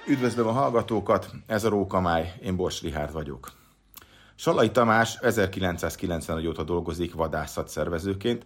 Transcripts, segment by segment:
Üdvözlöm a hallgatókat, ez a Rókamály, én Bors Richárd vagyok. Salai Tamás 1991 óta dolgozik vadászatszervezőként,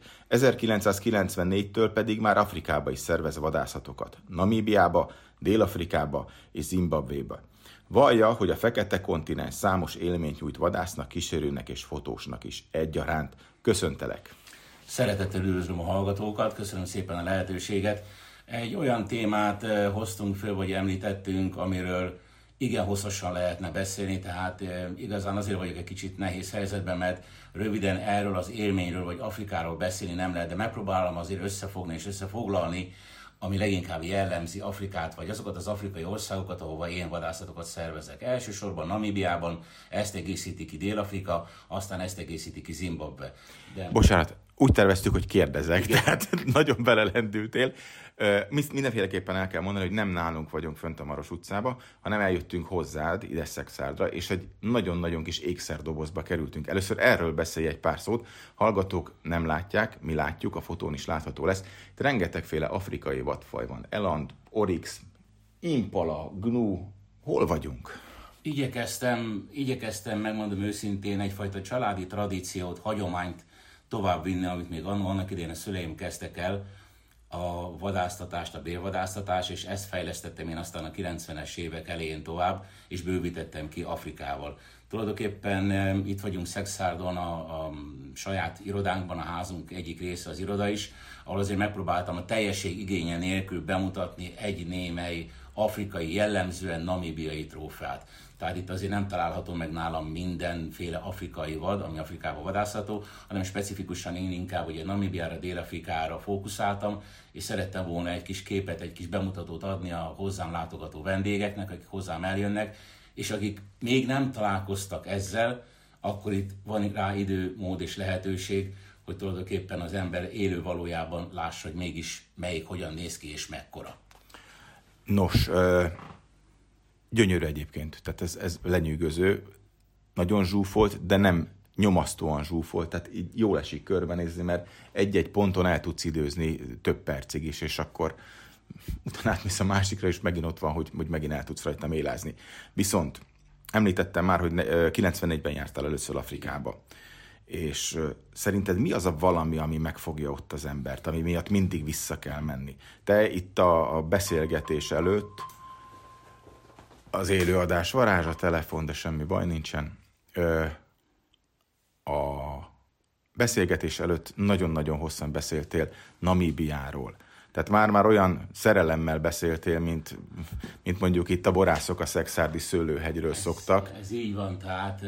1994-től pedig már Afrikába is szervez vadászatokat, Namíbiába, Dél-Afrikába és Zimbabvéba. Vallja, hogy a fekete kontinens számos élményt nyújt vadásznak, kísérőnek és fotósnak is egyaránt. Köszöntelek! Szeretettel üdvözlöm a hallgatókat, köszönöm szépen a lehetőséget. Egy olyan témát hoztunk föl, vagy említettünk, amiről igen hosszasan lehetne beszélni, tehát igazán azért vagyok egy kicsit nehéz helyzetben, mert röviden erről az élményről, vagy Afrikáról beszélni nem lehet, de megpróbálom azért összefogni és összefoglalni, ami leginkább jellemzi Afrikát, vagy azokat az afrikai országokat, ahova én vadászatokat szervezek. Elsősorban Namíbiában, ezt egészíti ki Dél-Afrika, aztán ezt egészíti ki Zimbabwe. Bocsánat, úgy terveztük, hogy kérdezek, tehát nagyon belelendültél. Mindenféleképpen el kell mondani, hogy nem nálunk vagyunk fönt a Maros utcába, hanem eljöttünk hozzád, ide Szexárdra, és egy nagyon-nagyon kis ékszerdobozba kerültünk. Először erről beszélj egy pár szót. Hallgatók nem látják, mi látjuk, a fotón is látható lesz. Itt rengetegféle afrikai vadfaj van. Eland, oryx, impala, gnu. Hol vagyunk? Igyekeztem, megmondom őszintén, egyfajta családi tradíciót, hagyományt továbbvinni, amit még annak idején a szüleim kezdtek el, a vadásztatást, a bélvadásztatást, és ezt fejlesztettem én aztán a 90-es évek elején tovább, és bővítettem ki Afrikával. Tulajdonképpen itt vagyunk Szexárdon, a saját irodánkban, a házunk egyik része az iroda is, ahol azért megpróbáltam a teljesség igénye nélkül bemutatni egy némely afrikai, jellemzően namíbiai trófeát. Tehát itt azért nem található meg nálam mindenféle afrikai vad, ami Afrikában vadászható, hanem specifikusan én inkább ugye Namíbiára, Dél-Afrikára fókuszáltam, és szerettem volna egy kis képet, egy kis bemutatót adni a hozzám látogató vendégeknek, akik hozzám eljönnek, és akik még nem találkoztak ezzel, akkor itt van rá idő, mód és lehetőség, hogy tulajdonképpen az ember élő valójában lássa, hogy mégis melyik hogyan néz ki és mekkora. Nos, gyönyörű egyébként, tehát ez lenyűgöző, nagyon zsúfolt, de nem nyomasztóan zsúfolt, tehát így jól esik körbenézni, mert egy-egy ponton el tudsz időzni több percig is, és akkor utána átmész a másikra, és megint ott van, hogy megint el tudsz rajta mélázni. Viszont említettem már, hogy 94-ben jártál először Afrikába, és szerinted mi az a valami, ami megfogja ott az embert, ami miatt mindig vissza kell menni? Te itt a beszélgetés előtt, az élőadás varázs, a telefon, de semmi baj nincsen. A beszélgetés előtt nagyon-nagyon hosszan beszéltél Namíbiáról. Tehát már olyan szerelemmel beszéltél, mint mondjuk itt a borászok a szexárdi szőlőhegyről szoktak. Ez így van, tehát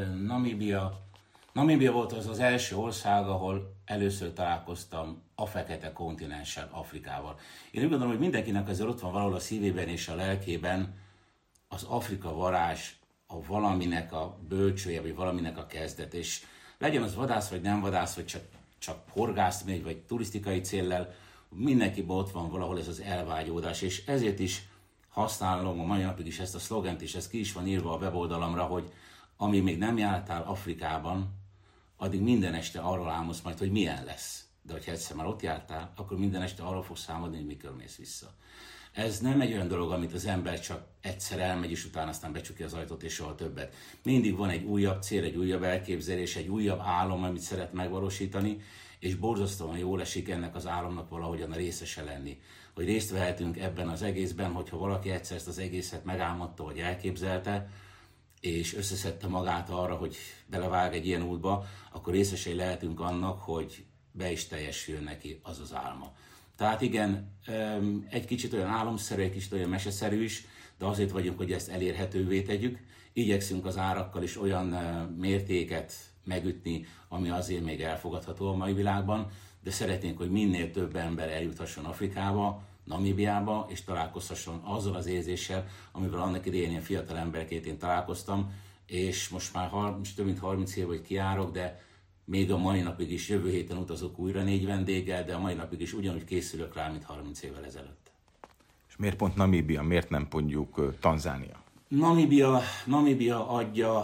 Namíbia volt az első ország, ahol először találkoztam a fekete kontinenssel, Afrikával. Én úgy gondolom, hogy mindenkinek azért ott van valahol a szívében és a lelkében az Afrika varázs, a valaminek a bölcsője, vagy valaminek a kezdet. És legyen az vadász, vagy nem vadász, vagy csak horgász megy, vagy turisztikai céllal, mindenkiben ott van valahol ez az elvágyódás. És ezért is használom a mai napig is ezt a szlogent, és ez ki is van írva a weboldalamra, hogy amíg még nem jártál Afrikában, addig minden este arról álmodsz majd, hogy milyen lesz. De hogyha egyszer már ott jártál, akkor minden este arról fogsz álmodni, hogy mikor mész vissza. Ez nem egy olyan dolog, amit az ember csak egyszer elmegy, és utána aztán becsukja az ajtót, és soha többet. Mindig van egy újabb cél, egy újabb elképzelés, egy újabb álom, amit szeret megvalósítani, és borzasztóan jól esik ennek az álomnak valahogyan a részese lenni. Hogy részt vehetünk ebben az egészben, hogyha valaki egyszer ezt az egészet megálmodta, vagy elképzelte, és összeszedte magát arra, hogy belevág egy ilyen útba, akkor részesei lehetünk annak, hogy be is teljesüljön neki az az álma. Tehát igen, egy kicsit olyan álomszerű, egy kicsit olyan meseszerű is, de azért vagyunk, hogy ezt elérhetővé tegyük. Igyekszünk az árakkal is olyan mértéket megütni, ami azért még elfogadható a mai világban, de szeretnénk, hogy minél több ember eljuthasson Afrikába, Namíbiába, és találkozhasson azzal az érzéssel, amivel annak idején ilyen fiatal emberként én találkoztam, és most már több mint 30 év, hogy kijárok, de még a mai napig is, jövő héten utazok újra 4 vendéggel, de a mai napig is ugyanúgy készülök rá, mint 30 évvel ezelőtt. És miért pont Namíbia, miért nem mondjuk Tanzánia? Namíbia adja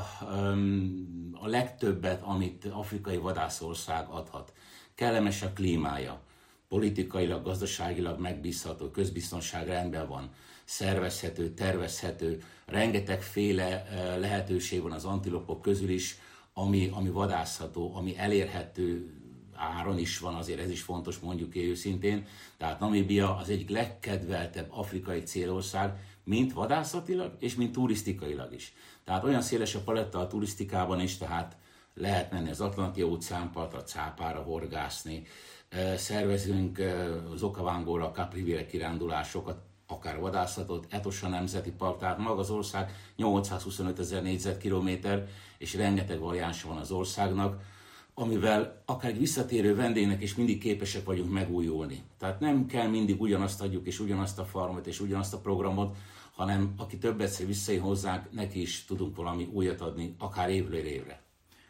a legtöbbet, amit afrikai vadászország adhat. Kellemes a klímája. politikailag, gazdaságilag megbízható, közbiztonság rendben van, szervezhető, tervezhető, rengetegféle lehetőség van az antilopok közül is, ami vadászható, ami elérhető áron is van, azért ez is fontos, mondjuk őszintén. Tehát Namíbia az egyik legkedveltebb afrikai célország, mint vadászatilag és mint turisztikailag is. Tehát olyan széles a paletta a turisztikában is, tehát lehet menni az Atlanti-óceánpartra, cápára horgászni, szervezünk az Okavango-ra, Caprivi-re kirándulásokat, akár vadászatot, Etosha Nemzeti Park, tehát maga az ország 825 000 négyzetkilométer, és rengeteg variánsa van az országnak, amivel akár egy visszatérő vendégnek is mindig képesek vagyunk megújulni. Tehát nem kell mindig ugyanazt adjuk, és ugyanazt a farmot, és ugyanazt a programot, hanem aki többetszer visszajön hozzánk, neki is tudunk valami újat adni, akár évről évre.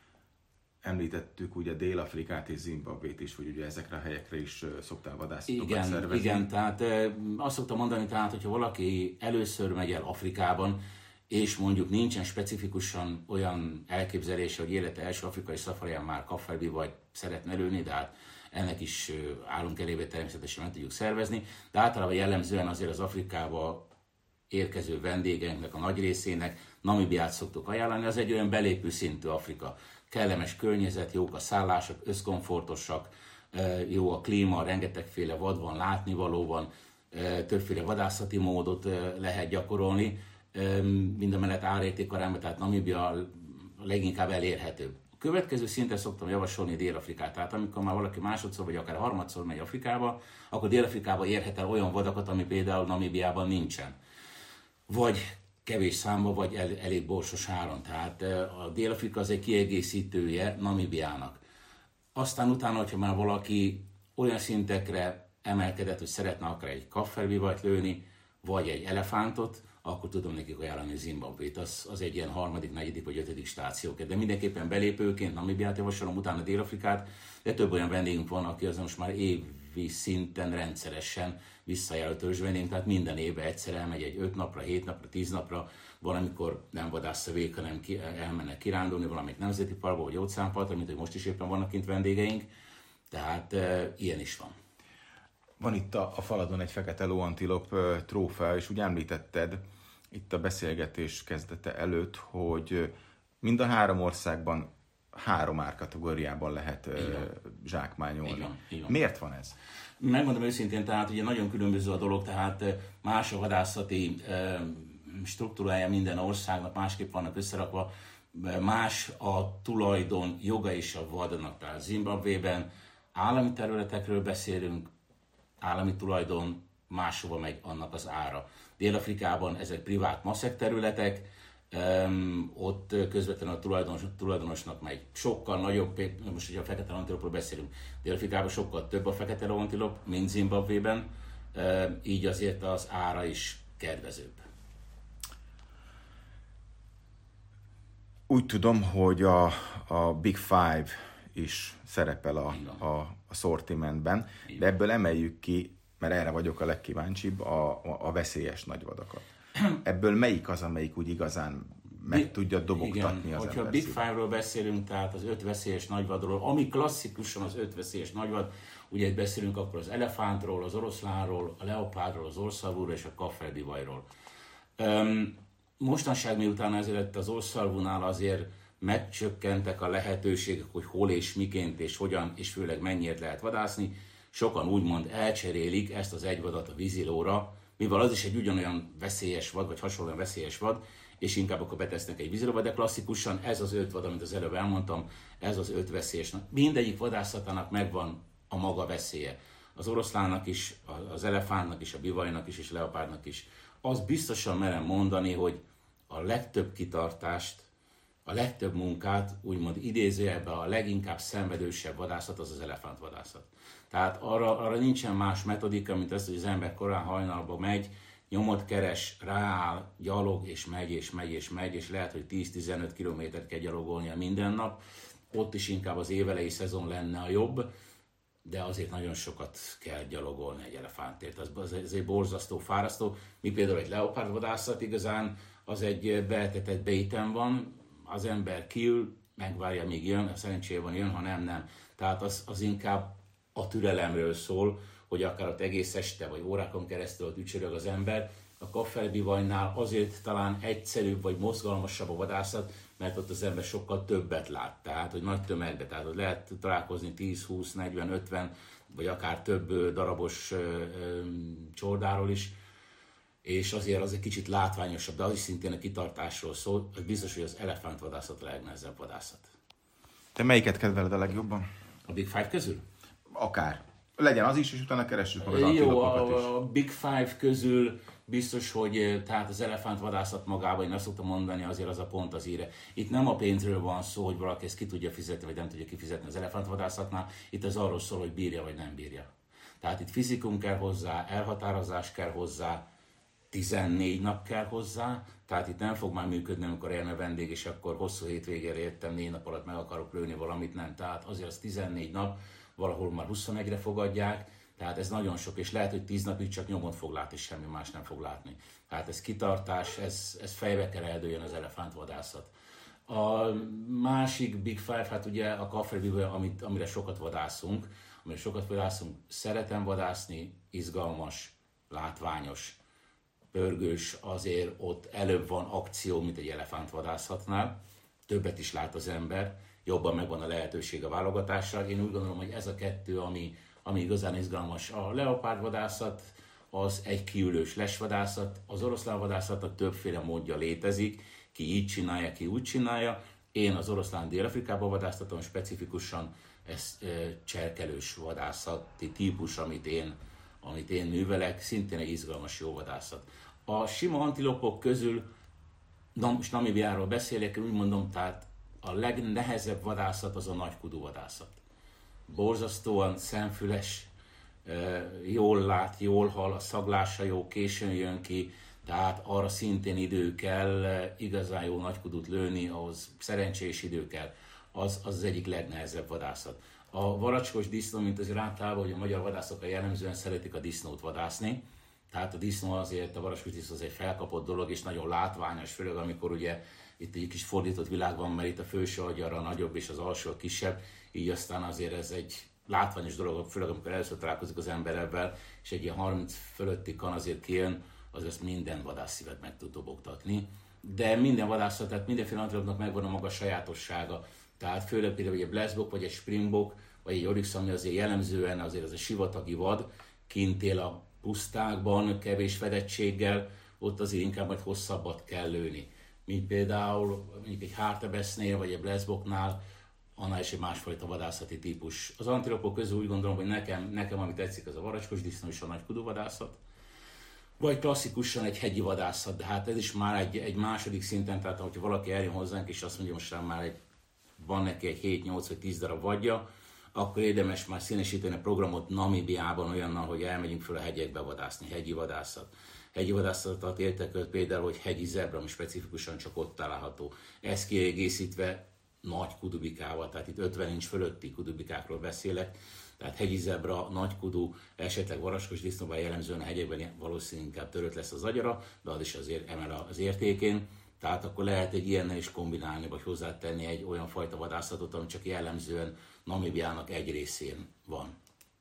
Említettük ugye Dél-Afrikát és Zimbabvét is, hogy ugye ezekre a helyekre is szoktál vadászatokat szervezni. Igen, tehát azt szoktam mondani, tehát, hogyha valaki először megy el Afrikában, és mondjuk nincsen specifikusan olyan elképzelése, hogy élete első afrikai szafariján már kafferbi vagy szeretne lőni, de hát ennek is állunk elébe, természetesen meg tudjuk szervezni, de általában jellemzően azért az Afrikába érkező vendégeinknek a nagy részének Namibiát szoktuk ajánlani, az egy olyan belépő szintű Afrika. Kellemes környezet, jók a szállások, összkomfortosak, jó a klíma, rengetegféle vad van, látnivaló van, többféle vadászati módot lehet gyakorolni, mindemellett árértékarányban, tehát Namíbia leginkább elérhető. A következő szinten szoktam javasolni Dél-Afrikát, tehát amikor már valaki másodszor vagy akár harmadszor megy Afrikába, akkor Dél-Afrikába érhet el olyan vadakat, ami például Namíbiában nincsen. Vagy kevés számba, vagy elég borsos áron. Tehát a Dél-Afrika az egy kiegészítője Namíbiának. Aztán utána, hogyha már valaki olyan szintekre emelkedett, hogy szeretne akár egy kafferbivajt lőni, vagy egy elefántot, akkor tudom nekik ajánlani Zimbabvét. Az egy ilyen harmadik, negyedik vagy ötödik stációként. De mindenképpen belépőként Namibiát javasolom, utána Dél-Afrikát, de több olyan vendégünk van, aki azon most már évi szinten rendszeresen visszajáró törzsvendégünk, tehát minden évben egyszer elmegy egy 5 napra, 7 napra, 10 napra, valamikor nem vadásza végig, hanem elmennek kirándulni valamelyik nemzeti parkba vagy óceánpartra, mint hogy most is éppen vannak kint vendégeink, tehát ilyen is van. Van itt a faladon egy fekete lóantilop trófea, és úgy említetted itt a beszélgetés kezdete előtt, hogy mind a 3 országban 3 árkategóriában lehet zsákmányolni. Így van. Miért van ez? Megmondom őszintén, tehát ugye nagyon különböző a dolog, tehát más a vadászati struktúrája minden országnak, másképp vannak összerakva, más a tulajdon joga is a vadnak. Tehát Zimbabvében állami területekről beszélünk, állami tulajdon, máshova megy annak az ára. Dél-Afrikában ezek privát maszek területek, ott közvetlenül a tulajdonosnak megy. Sokkal nagyobb, most ugye a fekete antilopról beszélünk, Dél-Afrikában sokkal több a fekete antilop, mint Zimbabvében, így azért az ára is kedvezőbb. Úgy tudom, hogy a Big Five is szerepel a sortimentben, de ebből emeljük ki, mert erre vagyok a legkíváncsibb, a veszélyes nagyvadakat. Ebből melyik az, amelyik úgy igazán meg tudja dobogtatni az ember hogyha Big Five-ról beszélünk, tehát az 5 veszélyes nagyvadról, ami klasszikusan az 5 veszélyes nagyvad, ugye beszélünk akkor az elefántról, az oroszlánról, a leopárdról, az orszalvúról és a kafferbivajról. Mostanság miután ezért az orszalvúnál azért megcsökkentek a lehetőségek, hogy hol és miként és hogyan és főleg mennyiért lehet vadászni, sokan úgymond elcserélik ezt az egy vadat a vízilóra, mivel az is egy ugyanolyan veszélyes vad, vagy hasonlóan veszélyes vad, és inkább akkor betesznek egy vízilóba, de klasszikusan ez az 5 vad, amit az előbb elmondtam, ez az 5 veszélyes. Mindegyik vadászatának megvan a maga veszélye. Az oroszlánnak is, az elefántnak is, a bivajnak is, és a leopárdnak is. Azt biztosan merem mondani, hogy a legtöbb kitartást, a legtöbb munkát, úgymond idézőjelben a leginkább szenvedősebb vadászat az elefántvadászat. Tehát arra nincsen más metodika, mint az, hogy az ember korán hajnalba megy, nyomot keres, rááll, gyalog, és megy, és lehet, hogy 10-15 kilométert kell gyalogolnia minden nap. Ott is inkább az évelei szezon lenne a jobb, de azért nagyon sokat kell gyalogolni egy elefántért. Ez egy borzasztó, fárasztó. Mi például egy leopárdvadászat igazán, az egy beetetett béten van, az ember kiül, megvárja, míg jön, szerencsére van, jön, ha nem. Tehát az inkább a türelemről szól, hogy akár ott egész este vagy órákon keresztül ott ücsörög az ember. A Kapfelbivajnál azért talán egyszerűbb vagy mozgalmasabb a vadászat, mert ott az ember sokkal többet lát, tehát hogy nagy tömegbe, tehát ott lehet találkozni 10, 20, 40, 50 vagy akár több darabos csordáról is, és azért az egy kicsit látványosabb, de az is szintén a kitartásról szól, az biztos, hogy az elefántvadászat a legnehezebb vadászat. Te melyiket kedveled a legjobban? A Big Five közül? Akár. Legyen az is, és utána keressük meg az Jó, antilopokat is. a Big Five közül biztos, hogy tehát az elefántvadászat magában, én azt szoktam mondani, azért az a pont az íre. Itt nem a pénzről van szó, hogy valaki ezt ki tudja fizetni, vagy nem tudja kifizetni az elefántvadászatnál, itt az arról szól, hogy bírja, vagy nem bírja. Tehát itt fizikum kell hozzá, elhatározás kell hozzá, 14 nap kell hozzá, tehát itt nem fog már működni, amikor eljön a vendég, és akkor hosszú hétvégére értem, 4 nap alatt meg akarok lőni valamit, nem. Tehát azért az 14 nap, valahol már 21-re fogadják, tehát ez nagyon sok, és lehet, hogy 10 napig csak nyomot fog látni, és semmi más nem fog látni. Tehát ez kitartás, ez fejbe kell eldőljön az elefántvadászat. A másik Big Five, hát ugye a Kapfelbivaj, amire sokat vadászunk, szeretem vadászni, izgalmas, látványos, pörgős, azért ott előbb van akció, mint egy elefántvadászatnál, többet is lát az ember, jobban megvan a lehetőség a válogatásra. Én úgy gondolom, hogy ez a kettő, ami igazán izgalmas. A leopárdvadászat az egy kiülős lesvadászat, az oroszlánvadászatnak többféle módja létezik, ki így csinálja, ki úgy csinálja. Én az oroszlán Dél-Afrikában vadásztatom, specifikusan ez cserkelős vadászati típus, amit én művelek, szintén egy izgalmas jó vadászat. A sima antilopok közül, most Namibiáról beszélek, úgy mondom, tehát a legnehezebb vadászat az a nagykudú vadászat. Borzasztóan szemfüles, jól lát, jól hall, a szaglása jó, későn jön ki, tehát arra szintén idő kell, igazán jó nagykudút lőni, ahhoz szerencsés idő kell, az egyik legnehezebb vadászat. A varacskos disznó, mint azért általában, hogy a magyar vadászok jellemzően szeretik a disznót vadászni, tehát a disznó azért, a varacskos disznó az egy felkapott dolog, és nagyon látványos, főleg amikor ugye itt egy kis fordított világ van, mert itt a felső agyara nagyobb és az alsó kisebb, így aztán azért ez egy látványos dolog, főleg amikor először találkozik az ember ebben, és egy ilyen 30 fölötti kan azért kijön, az ezt minden vadászszívet meg tud dobogtatni. De minden vadászat, tehát mindenféle antilopnak megvan a maga sajátossága. Tehát főleg például egy bleszbok, vagy egy springbok, vagy egy oryx, ami azért jellemzően azért az a sivatagi vad, kint él a pusztákban, kevés fedettséggel, ott azért inkább majd hosszabbat kell lőni. Mint például mondjuk egy Hartebesznél, vagy egy bleszboknál, annál is egy másfajta vadászati típus. Az antilopok közül úgy gondolom, hogy nekem ami tetszik, az a varacskos disznó és a nagykudú vadászat. Vagy klasszikusan egy hegyi vadászat, de hát ez is már egy második szinten, tehát hogyha valaki eljön hozzánk és azt mondja, most már van neki egy 7, 8 vagy 10 darab vadja, akkor érdemes már színesíteni a programot Namibiában olyannal, hogy elmegyünk föl a hegyekbe vadászni, hegyi vadászat. Hegyi vadászatot értek például, hogy hegyi zebra, ami specifikusan csak ott található. Ez kiegészítve nagy kudubikával, tehát itt 50 inch fölötti kudubikákról beszélek, tehát hegyi zebra, nagy kudu, esetleg varacskos disznóban jellemzően a hegyekben valószínűleg inkább törött lesz az agyara, de az is azért emel az értékén. Tehát akkor lehet egy ilyennel is kombinálni, vagy hozzátenni egy olyan fajta vadászatot, ami csak jellemzően Namibiának egy részén van.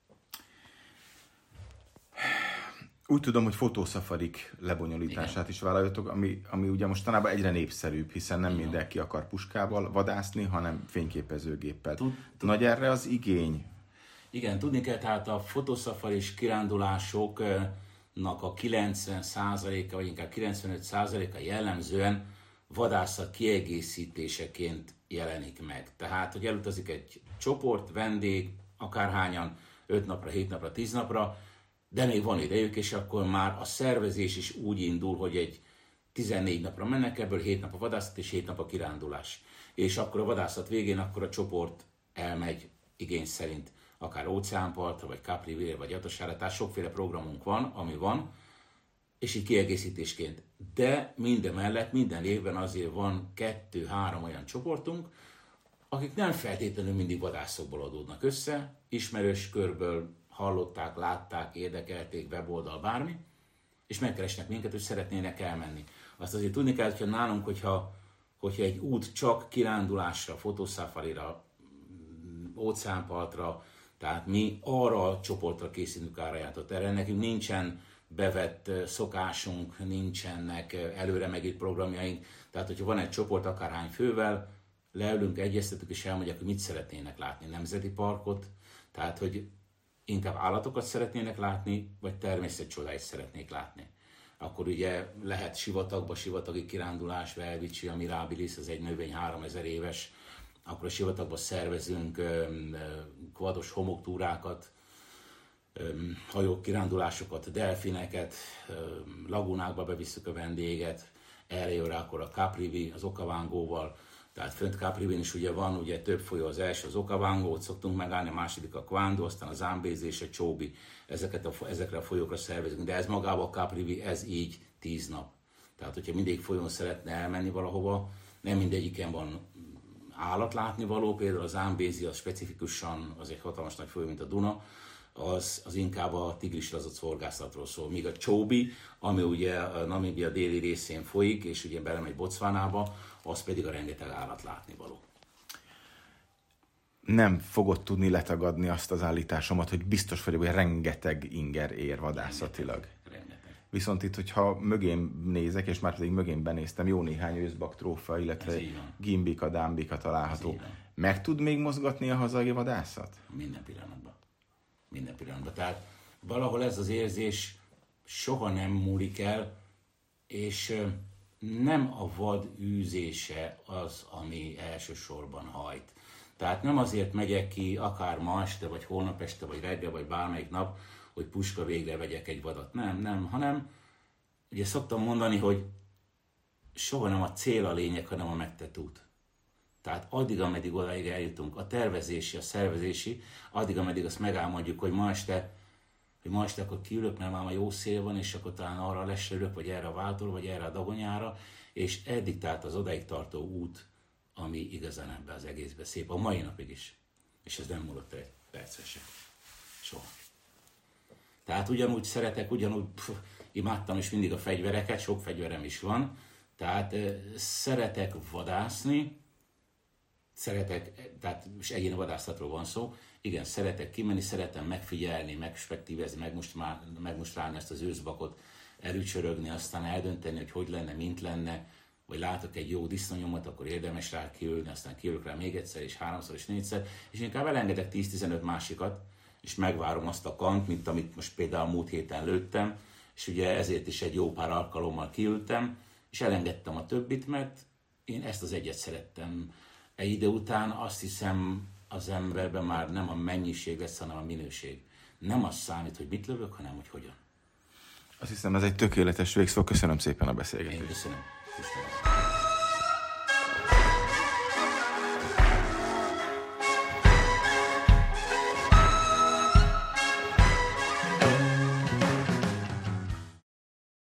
Úgy tudom, hogy fotószafarik lebonyolítását igen. is vállaljatok, ami ugye mostanában egyre népszerűbb, hiszen nem mindenki akar puskával vadászni, hanem fényképezőgéppel. Nagy erre az igény? Igen, tudni kell, tehát a fotoszafaris kirándulásoknak a 90%-a, vagy inkább 95%-a jellemzően vadászat kiegészítéseként jelenik meg. Tehát, hogy elutazik egy csoport, vendég, akárhányan, 5 napra, 7 napra, 10 napra, de még van idejük, és akkor már a szervezés is úgy indul, hogy egy 14 napra mennek, ebből 7 nap a vadászat és 7 nap a kirándulás. És akkor a vadászat végén akkor a csoport elmegy igény szerint, akár óceánpartra, vagy Caprivi-re, vagy Atasára, tehát sokféle programunk van, ami van, és így kiegészítésként. De mindemellett minden évben azért van 2-3 olyan csoportunk, akik nem feltétlenül mindig vadászokból adódnak össze, ismerős körből hallották, látták, érdekelték, weboldal, bármi, és megkeresnek minket, hogy szeretnének elmenni. Azt azért tudni kell, hogy nálunk, hogyha egy út csak kirándulásra, fotószáfarira, óceánpartra, Tehát mi arra a csoportra készítünk árajánlatot. Erre nekünk nincsen bevett szokásunk, nincsenek előre megírt programjaink. Tehát, hogyha van egy csoport akárhány fővel, leülünk, egyeztetünk és elmondják, hogy mit szeretnének látni. Nemzeti parkot, tehát, hogy inkább állatokat szeretnének látni, vagy természetcsodáit szeretnék látni. Akkor ugye lehet sivatagi kirándulás, Velvicsi, a Mirabilis, az egy növény 3000 éves, akkor a sivatagban szervezünk kvados homoktúrákat, hajók kirándulásokat, delfineket, lagunákba bevisszük a vendéget, erre jön rá akkor a Caprivi, az Okavangoval, tehát fönt Caprivin is ugye van, ugye több folyó, az első az Okavango, ott szoktunk megállni, a második a Quando, aztán a Zambézi és a Csobi, ezekre a folyókra szervezünk, de ez magában a Caprivi, ez így 10 nap. Tehát, hogyha mindig folyón szeretne elmenni valahova, nem mindegyiken van állatlátnivaló, például a Zambézi az specifikusan, az egy hatalmas nagy folyó, mint a Duna, az inkább a tigrislazac horgászatról szól. Míg a Csobi, ami ugye a Namíbia déli részén folyik, és ugye belemegy Botswanába, az pedig a rengeteg állatlátnivaló. Nem fogod tudni letagadni azt az állításomat, hogy biztos vagyok, hogy rengeteg inger ér vadászatilag. Rengeteg. Viszont itt, hogyha mögém nézek, és már pedig mögém benéztem, jó néhány őszbaktrófa, illetve gimbika, dámbika található. Meg tud még mozgatni a hazai vadászat? Minden pillanatban. Minden pillanatban. Tehát valahol ez az érzés soha nem múlik el, és nem a vad űzése az, ami elsősorban hajt. Tehát nem azért megyek ki, akár ma este, vagy holnap este, vagy reggel, vagy bármelyik nap, hogy puska végre vegyek egy vadat. Nem, hanem ugye szoktam mondani, hogy soha nem a cél a lényeg, hanem a megtett út. Tehát addig, ameddig odáig eljutunk, a tervezési, a szervezési, addig, ameddig azt megálmodjuk, hogy ma este akkor kiülök, mert már ma jó szél van, és akkor talán arra leselök, vagy erre a váltóra, vagy erre a dagonyára, és eddig tehát az odáig tartó út, ami igazán ebben az egészben szép, a mai napig is. És ez nem múlott egy percre sem. Soha. Tehát ugyanúgy szeretek, imádtam is mindig a fegyvereket, sok fegyverem is van, tehát szeretek vadászni, tehát és egyéni vadászatról van szó, igen, szeretek kimenni, szeretem megfigyelni, megspektívezni, megmustrálni ezt az őszbakot, elücsörögni, aztán eldönteni, hogy lenne, mint lenne, vagy látok egy jó disznónyomot, akkor érdemes rá kiülni, aztán kiülök rá még egyszer, és 3-szor, és 4-szer, és inkább elengedek 10-15 másikat, és megvárom azt a kant, mint amit most például múlt héten lőttem, és ugye ezért is egy jó pár alkalommal kiültem, és elengedtem a többit, mert én ezt az egyet szerettem. Egy idő után azt hiszem, az emberben már nem a mennyiség lesz, hanem a minőség. Nem az számít, hogy mit lövök, hanem hogy hogyan. Azt hiszem, ez egy tökéletes végszó. Köszönöm szépen a beszélgetést. Én köszönöm.